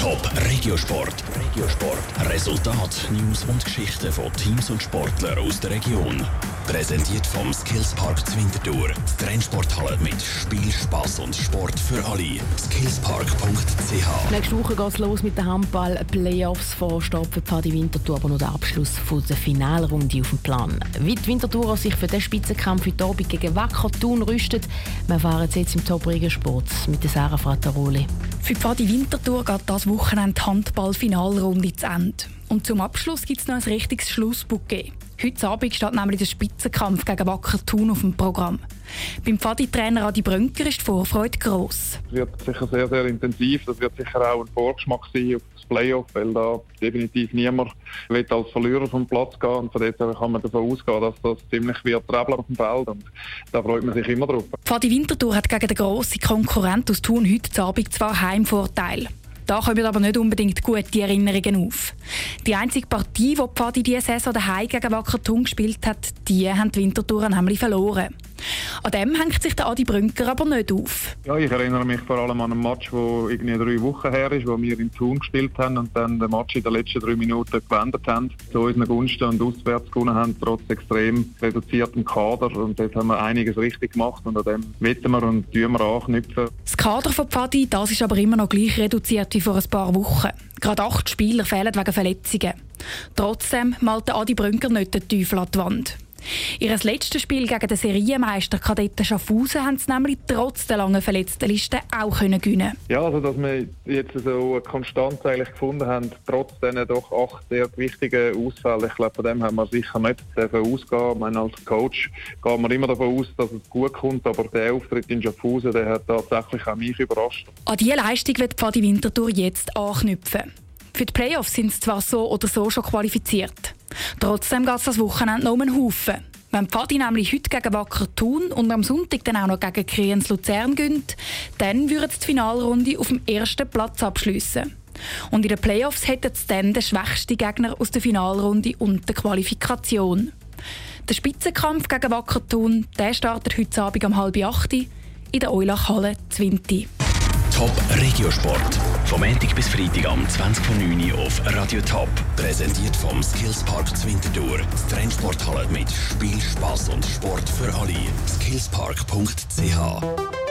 Top Regiosport. Resultat, News und Geschichten von Teams und Sportlern aus der Region. Präsentiert vom Skillspark Zwintertour. Die Trennsporthalle mit Spiel, Spass und Sport für alle. Skillspark.ch. Nächste Woche geht es los mit den Handball-Playoffs von Stab für Pfadi Winterthur, aber noch der Abschluss der Finalrunde auf dem Plan. Wie die Winterthurer sich für den Spitzenkampf heute Abend gegen Wacker Thun rüstet, wir erfahren jetzt im Top Regiosport mit der Sarah Frattaroli. Für Pfadi Winterthur geht das Wochenende die Handball-Finalrunde zu Ende. Und zum Abschluss gibt es noch ein richtiges Schlussbouquet. Heute Abend steht nämlich der Spitzenkampf gegen Wacker Thun auf dem Programm. Beim Pfadi-Trainer Adi Brönker ist die Vorfreude gross. Es wird sicher sehr, sehr intensiv. Das wird sicher auch ein Vorgeschmack sein auf das Playoff, weil da definitiv niemand will als Verlierer vom Platz gehen. Und von dort kann man davon ausgehen, dass das ziemlich wird Trebler auf dem Feld. Und da freut man sich immer drauf. Pfadi Winterthur hat gegen den grossen Konkurrent aus Thun heute Abend zwar Heimvorteil. Da kommen aber nicht unbedingt gute Erinnerungen auf. Die einzige Partie, die Pfadi diese Saison daheim gegen Wacker Thun gespielt hat, die haben die Winterthurer nämlich verloren. An dem hängt sich der Adi Brönker aber nicht auf. Ja, ich erinnere mich vor allem an einen Match, der irgendwie 3 Wochen her ist, wo wir in Thun gespielt haben und dann den Match in den letzten 3 Minuten gewendet haben, zu unseren Gunsten und auswärts gewonnen haben, trotz extrem reduziertem Kader. Und dort haben wir einiges richtig gemacht und an dem wetten wir und tun wir anknüpfen. Das Kader von Pfadi, das ist aber immer noch gleich reduziert wie vor ein paar Wochen. Gerade 8 Spieler fehlen wegen Verletzungen. Trotzdem malt Adi Brönker nicht den Teufel an die Wand. Ihr letztes Spiel gegen den Serienmeister Kadetten Schaffhausen haben sie nämlich trotz der langen Verletztenliste auch gewinnen. Ja, also dass wir jetzt so eine Konstanz eigentlich gefunden haben, trotz diesen doch 8 sehr wichtigen Ausfällen. Ich glaube, von dem haben wir sicher nicht ausgehen. Ich meine, als Coach geht man immer davon aus, dass es gut kommt, aber der Auftritt in Schaffhausen, der hat tatsächlich auch mich überrascht. An diese Leistung wird Pfadi Winterthur jetzt anknüpfen. Für die Playoffs sind sie zwar so oder so schon qualifiziert. Trotzdem geht es das Wochenende noch um einen Haufen. Wenn Pfadi nämlich heute gegen Wacker Thun und am Sonntag dann auch noch gegen Kriens Luzern gönnt, dann würden sie die Finalrunde auf dem ersten Platz abschliessen. Und in den Playoffs hätten sie dann den schwächsten Gegner aus der Finalrunde und der Qualifikation. Der Spitzenkampf gegen Wacker Thun, der startet heute Abend um 7:30 in der Eulachhalle Zwinti. Top Regiosport. Vom Montag bis Freitag am 20:09 auf Radio Top. Präsentiert vom Skillspark Zwintertour. Die Trennsporthalle mit Spiel, Spass und Sport für alle. Skillspark.ch